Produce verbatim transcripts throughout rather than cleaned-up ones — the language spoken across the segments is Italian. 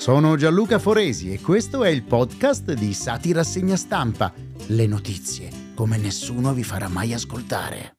Sono Gianluca Foresi e questo è il podcast di Sati Rassegna Stampa. Le notizie come nessuno vi farà mai ascoltare.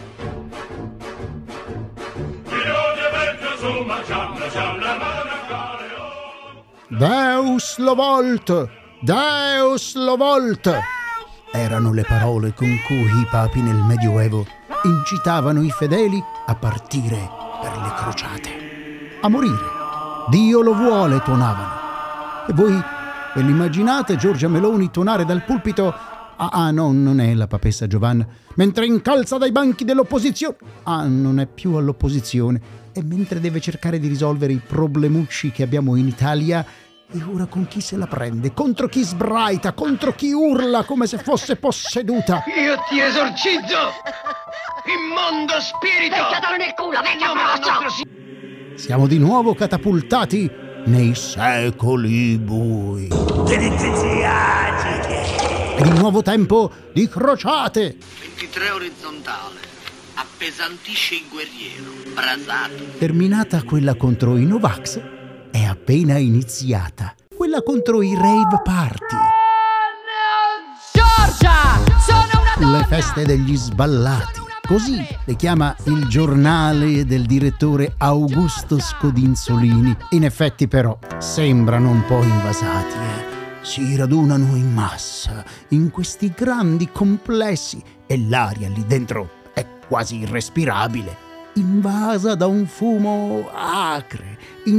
Deus lo volt! Deus lo volt! Erano le parole con cui i papi nel Medioevo incitavano i fedeli a partire per le crociate, a morire. Dio lo vuole, tuonavano. E voi ve l'immaginate Giorgia Meloni tuonare dal pulpito? Ah, ah, no, non è la papessa Giovanna. Mentre incalza dai banchi dell'opposizione. Ah, non è più all'opposizione. E mentre deve cercare di risolvere i problemucci che abbiamo in Italia, e ora con chi se la prende? Contro chi sbraita? Contro chi urla come se fosse posseduta? Io ti esorcizzo! Immondo spirito! Beccatelo nel culo, venga grosso! Siamo di nuovo catapultati nei secoli bui. È di nuovo tempo di crociate. ventitré orizzontale. Appesantisce il guerriero. Brasato. Terminata quella contro i Novax, è appena iniziata quella contro i rave party. Giorgia! Sono una donna! Le feste degli sballati. Così le chiama il giornale del direttore Augusto Scodinzolini. In effetti però sembrano un po' invasati, eh. Si radunano in massa in questi grandi complessi e l'aria lì dentro è quasi irrespirabile, invasa da un fumo acre,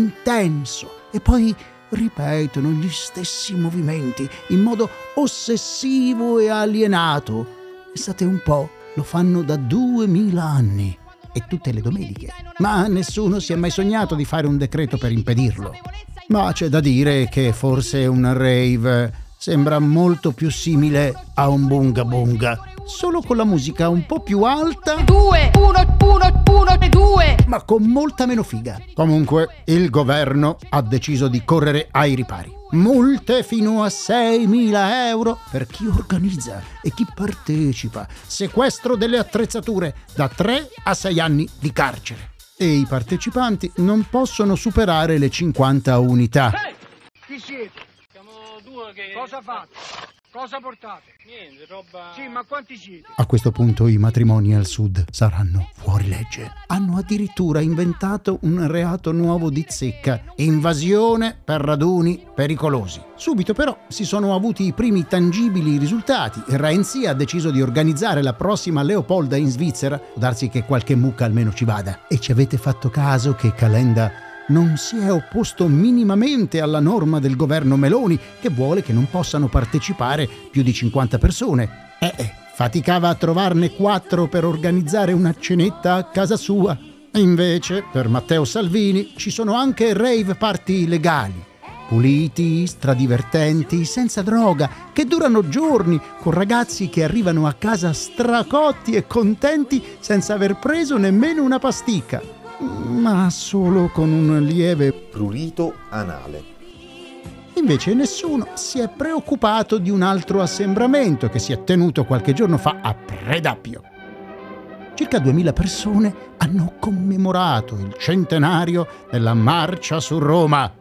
intenso, e poi ripetono gli stessi movimenti in modo ossessivo e alienato. Pensate un po'. Lo fanno da duemila anni e tutte le domeniche, ma nessuno si è mai sognato di fare un decreto per impedirlo. Ma c'è da dire che forse un rave sembra molto più simile a un bunga bunga, solo con la musica un po' più alta, Due, uno, uno, uno, due. ma con molta meno figa. Comunque il governo ha deciso di correre ai ripari. Multe fino a seimila euro per chi organizza e chi partecipa, sequestro delle attrezzature, da tre a sei anni di carcere. E i partecipanti non possono superare le cinquanta unità. Ehi! Chi siete? Siamo due che... Cosa fate? Cosa portate? Niente, roba... Sì, ma quanti siete? A questo punto i matrimoni al sud saranno fuori legge. Hanno addirittura inventato un reato nuovo di zecca: invasione per raduni pericolosi. Subito però si sono avuti i primi tangibili risultati. Renzi ha deciso di organizzare la prossima Leopolda in Svizzera. Può darsi che qualche mucca almeno ci vada. E ci avete fatto caso che Calenda non si è opposto minimamente alla norma del governo Meloni, che vuole che non possano partecipare più di cinquanta persone. Eh, eh, faticava a trovarne quattro per organizzare una cenetta a casa sua. E invece, per Matteo Salvini, ci sono anche rave party legali, puliti, stradivertenti, senza droga, che durano giorni, con ragazzi che arrivano a casa stracotti e contenti senza aver preso nemmeno una pasticca, ma solo con un lieve prurito anale. Invece nessuno si è preoccupato di un altro assembramento che si è tenuto qualche giorno fa a Predappio. Circa duemila persone hanno commemorato il centenario della marcia su Roma.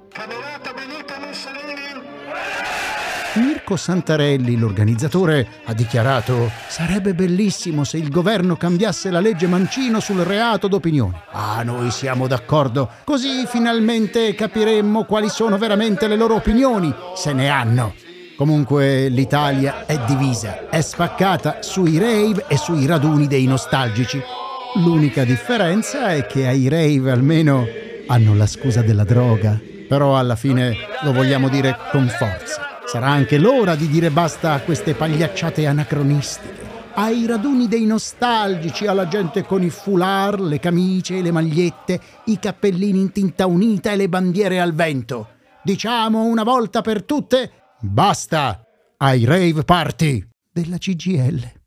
Mirko Santarelli, l'organizzatore, ha dichiarato: sarebbe bellissimo se il governo cambiasse la legge Mancino sul reato d'opinione. Ah, noi siamo d'accordo, così finalmente capiremmo quali sono veramente le loro opinioni, se ne hanno. Comunque l'Italia è divisa, è spaccata sui rave e sui raduni dei nostalgici. L'unica differenza è che ai rave almeno hanno la scusa della droga, però alla fine lo vogliamo dire con forza. Sarà anche l'ora di dire basta a queste pagliacciate anacronistiche, ai raduni dei nostalgici, alla gente con i foulard, le camicie, le magliette, i cappellini in tinta unita e le bandiere al vento. Diciamo una volta per tutte basta ai rave party della C G I L.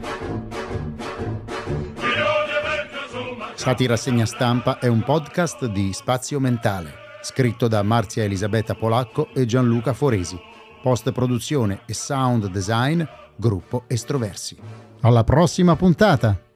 Sati Rassegna Stampa è un podcast di Spazio Mentale, scritto da Marzia Elisabetta Polacco e Gianluca Foresi. Post-produzione e sound design, Gruppo Estroversi. Alla prossima puntata!